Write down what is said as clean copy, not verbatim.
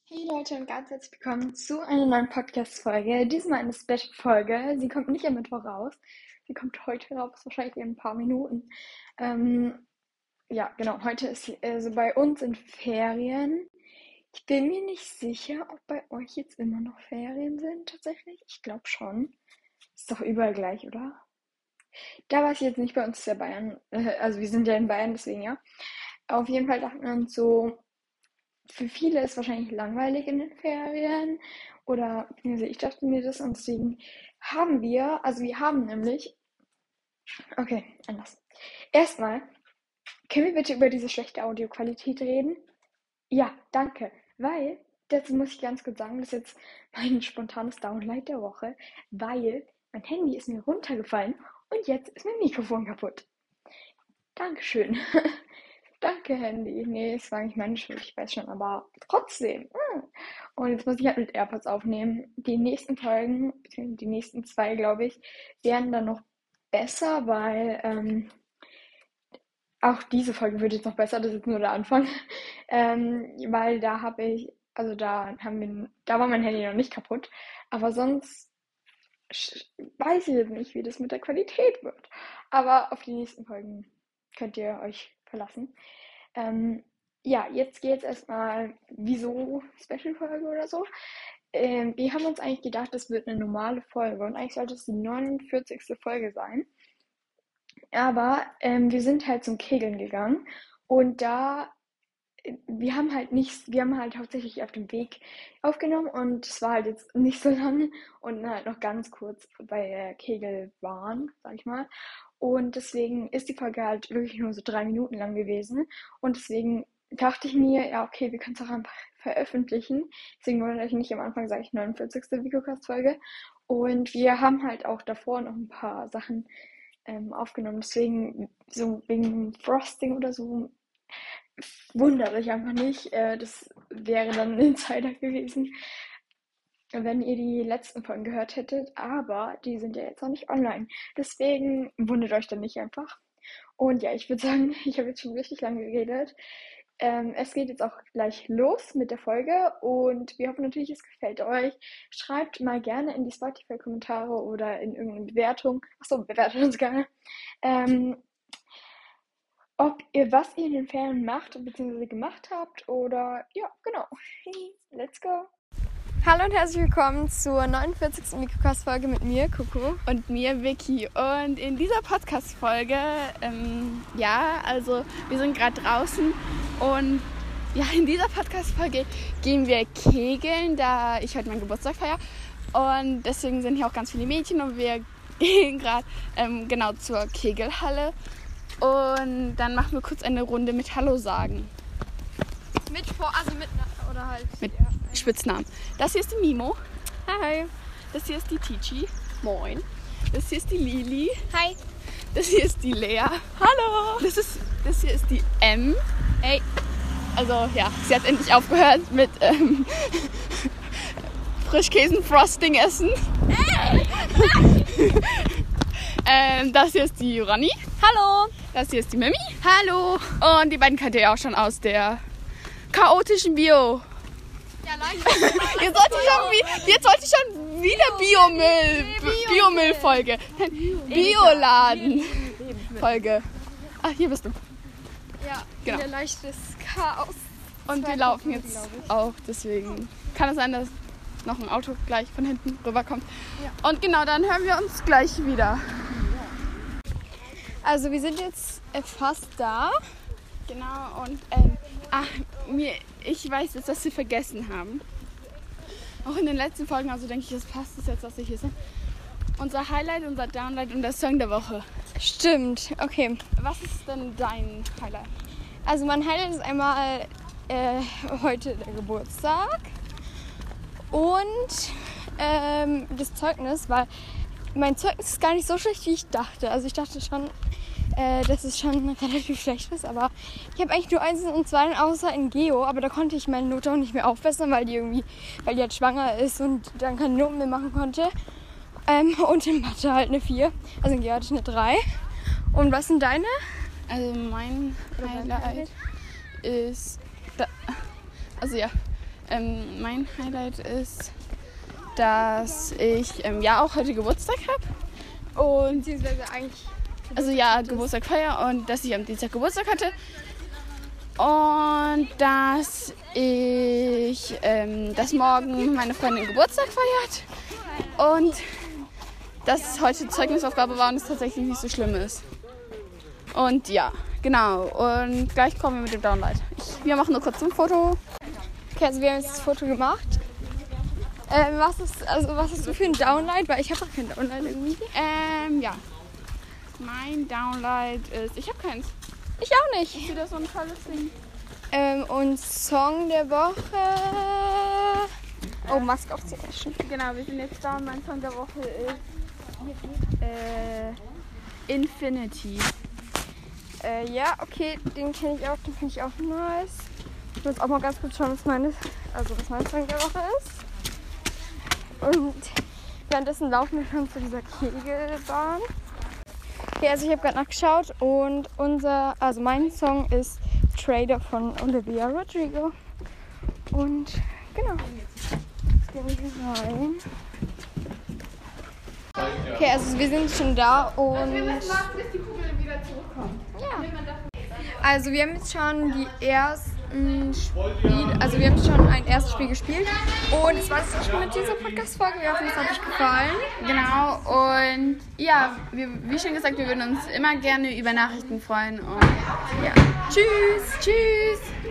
Hey Leute und ganz herzlich willkommen zu einer neuen Podcast-Folge. Diesmal eine Special-Folge. Sie kommt nicht am Mittwoch raus. Sie kommt heute raus, wahrscheinlich in ein paar Minuten. Ja, genau. Heute ist also bei uns in Ferien. Ich bin mir nicht sicher, ob bei euch jetzt immer noch Ferien sind, tatsächlich. Ich glaube schon. Ist doch überall gleich, oder? Da war es jetzt nicht, bei uns ist ja Bayern. Also wir sind ja in Bayern, deswegen ja. Auf jeden Fall dachten wir uns so, für viele ist wahrscheinlich langweilig in den Ferien oder beziehungsweise ich dachte mir das und deswegen wir haben nämlich, okay, anders. Erstmal, können wir bitte über diese schlechte Audioqualität reden? Ja, danke, weil, dazu muss ich ganz kurz sagen, das ist jetzt mein spontanes Downlight der Woche, weil mein Handy ist mir runtergefallen und jetzt ist mein Mikrofon kaputt. Dankeschön. Danke, Handy. Nee, es war nicht meine Schuld, ich weiß schon, aber trotzdem. Und jetzt muss ich halt mit AirPods aufnehmen. Die nächsten Folgen, beziehungsweise die nächsten zwei, glaube ich, werden dann noch besser, weil auch diese Folge wird jetzt noch besser, das ist nur der Anfang. Weil da war mein Handy noch nicht kaputt. Aber sonst weiß ich jetzt nicht, wie das mit der Qualität wird. Aber auf die nächsten Folgen könnt ihr euch verlassen. Ja, jetzt geht's erstmal, wieso Special-Folge oder so. Wir haben uns eigentlich gedacht, das wird eine normale Folge und eigentlich sollte es die 49. Folge sein. Aber wir sind halt zum Kegeln gegangen und wir haben halt hauptsächlich auf dem Weg aufgenommen und es war halt jetzt nicht so lange und halt noch ganz kurz bei der Kegelbahn, sag ich mal. Und deswegen ist die Folge halt wirklich nur so 3 Minuten lang gewesen. Und deswegen dachte ich mir, ja, okay, wir können es auch einfach veröffentlichen. Deswegen wundert euch nicht, am Anfang sage ich 49. Vicocast-Folge. Und wir haben halt auch davor noch ein paar Sachen aufgenommen. Deswegen, so wegen Frosting oder so, wundert euch einfach nicht. Das wäre dann ein Insider gewesen, wenn ihr die letzten Folgen gehört hättet. Aber die sind ja jetzt noch nicht online. Deswegen wundert euch dann nicht einfach. Und ja, ich würde sagen, ich habe jetzt schon richtig lange geredet. Es geht jetzt auch gleich los mit der Folge und wir hoffen natürlich, es gefällt euch. Schreibt mal gerne in die Spotify-Kommentare oder in irgendeine Bewertung. Achso, bewertet uns gerne. Was ihr in den Ferien macht bzw. gemacht habt oder ja, genau. Let's go. Hallo und herzlich willkommen zur 49. Mikrocast-Folge mit mir, Coco. Und mir, Vicky. Und in dieser Podcast-Folge, wir sind gerade draußen und ja, in dieser Podcast-Folge gehen wir kegeln, da ich heute meinen Geburtstag feiere. Und deswegen sind hier auch ganz viele Mädchen und wir gehen gerade genau zur Kegelhalle. Und dann machen wir kurz eine Runde mit Hallo sagen. Mit Spitznamen. Das hier ist die Mimo. Hi. Das hier ist die Tici. Moin. Das hier ist die Lili. Hi. Das hier ist die Lea. Hallo. Das hier ist die M. Hey. Also ja, sie hat endlich aufgehört mit Frischkäsen-Frosting essen. Das hier ist die Jurani. Hallo. Das hier ist die Mimi. Hallo. Und die beiden kennt ihr ja auch schon aus der chaotischen Bio. Ja, leider. Jetzt sollte ich schon wieder Biomüll-Folge. Bioladen-Folge. Ach, hier bist du. Ja, Genau. wieder leichtes Chaos. Und wir laufen jetzt auch, deswegen kann es sein, dass noch ein Auto gleich von hinten rüberkommt. Ja. Und genau, dann hören wir uns gleich wieder. Also wir sind jetzt fast da. Genau, und ich weiß jetzt, dass sie vergessen haben. Auch in den letzten Folgen, also denke ich, es passt es jetzt, dass sie hier sind. Unser Highlight, unser Downlight und der Song der Woche. Stimmt, okay. Was ist denn dein Highlight? Also mein Highlight ist einmal heute der Geburtstag und das Zeugnis, weil mein Zeugnis ist gar nicht so schlecht, wie ich dachte. Also ich dachte schon, dass es schon relativ schlecht ist, aber ich habe eigentlich nur 1 und 2 außer in Geo, aber da konnte ich meine Note auch nicht mehr aufbessern, weil die halt schwanger ist und dann keine Noten mehr machen konnte. Und in Mathe halt eine 4, also in Geo hatte ich eine 3. Und was sind deine? Also mein Highlight ist, Mein Highlight ist, dass ich auch heute Geburtstag habe. Und Beziehungsweise eigentlich. also ja, Geburtstag feier und dass ich am Dienstag Geburtstag hatte. Und dass dass morgen meine Freundin Geburtstag feiert. Und dass heute Zeugnisaufgabe war und es tatsächlich nicht so schlimm ist. Und ja, genau. Und gleich kommen wir mit dem Downlight. Wir machen nur kurz ein Foto. Okay, also wir haben jetzt das Foto gemacht. Was hast du für ein Downlight? Weil ich habe doch kein Downlight irgendwie. Ja. Mein Downlight ist... Ich habe keins. Ich auch nicht. Ist wieder so ein tolles Ding. Und Song der Woche. Oh, Maske aufziehen. Genau, wir sind jetzt da und mein Song der Woche ist Infinity. Ja, okay, den kenne ich auch, den finde ich auch nice. Ich muss auch mal ganz kurz schauen, was mein Song der Woche ist. Und währenddessen laufen wir schon zu dieser Kegelbahn. Okay, also ich habe gerade nachgeschaut und mein Song ist Trader von Olivia Rodrigo. Und genau, jetzt gehen wir rein. Okay, also wir sind schon da und Bis die Kugel wieder zurückkommt. ja. Also wir haben jetzt schon ein erstes Spiel gespielt und es war es schon mit dieser Podcast-Folge. Wir hoffen, es hat euch gefallen. Genau, und ja, wie schon gesagt, wir würden uns immer gerne über Nachrichten freuen. Und Ja. Tschüss! tschüss!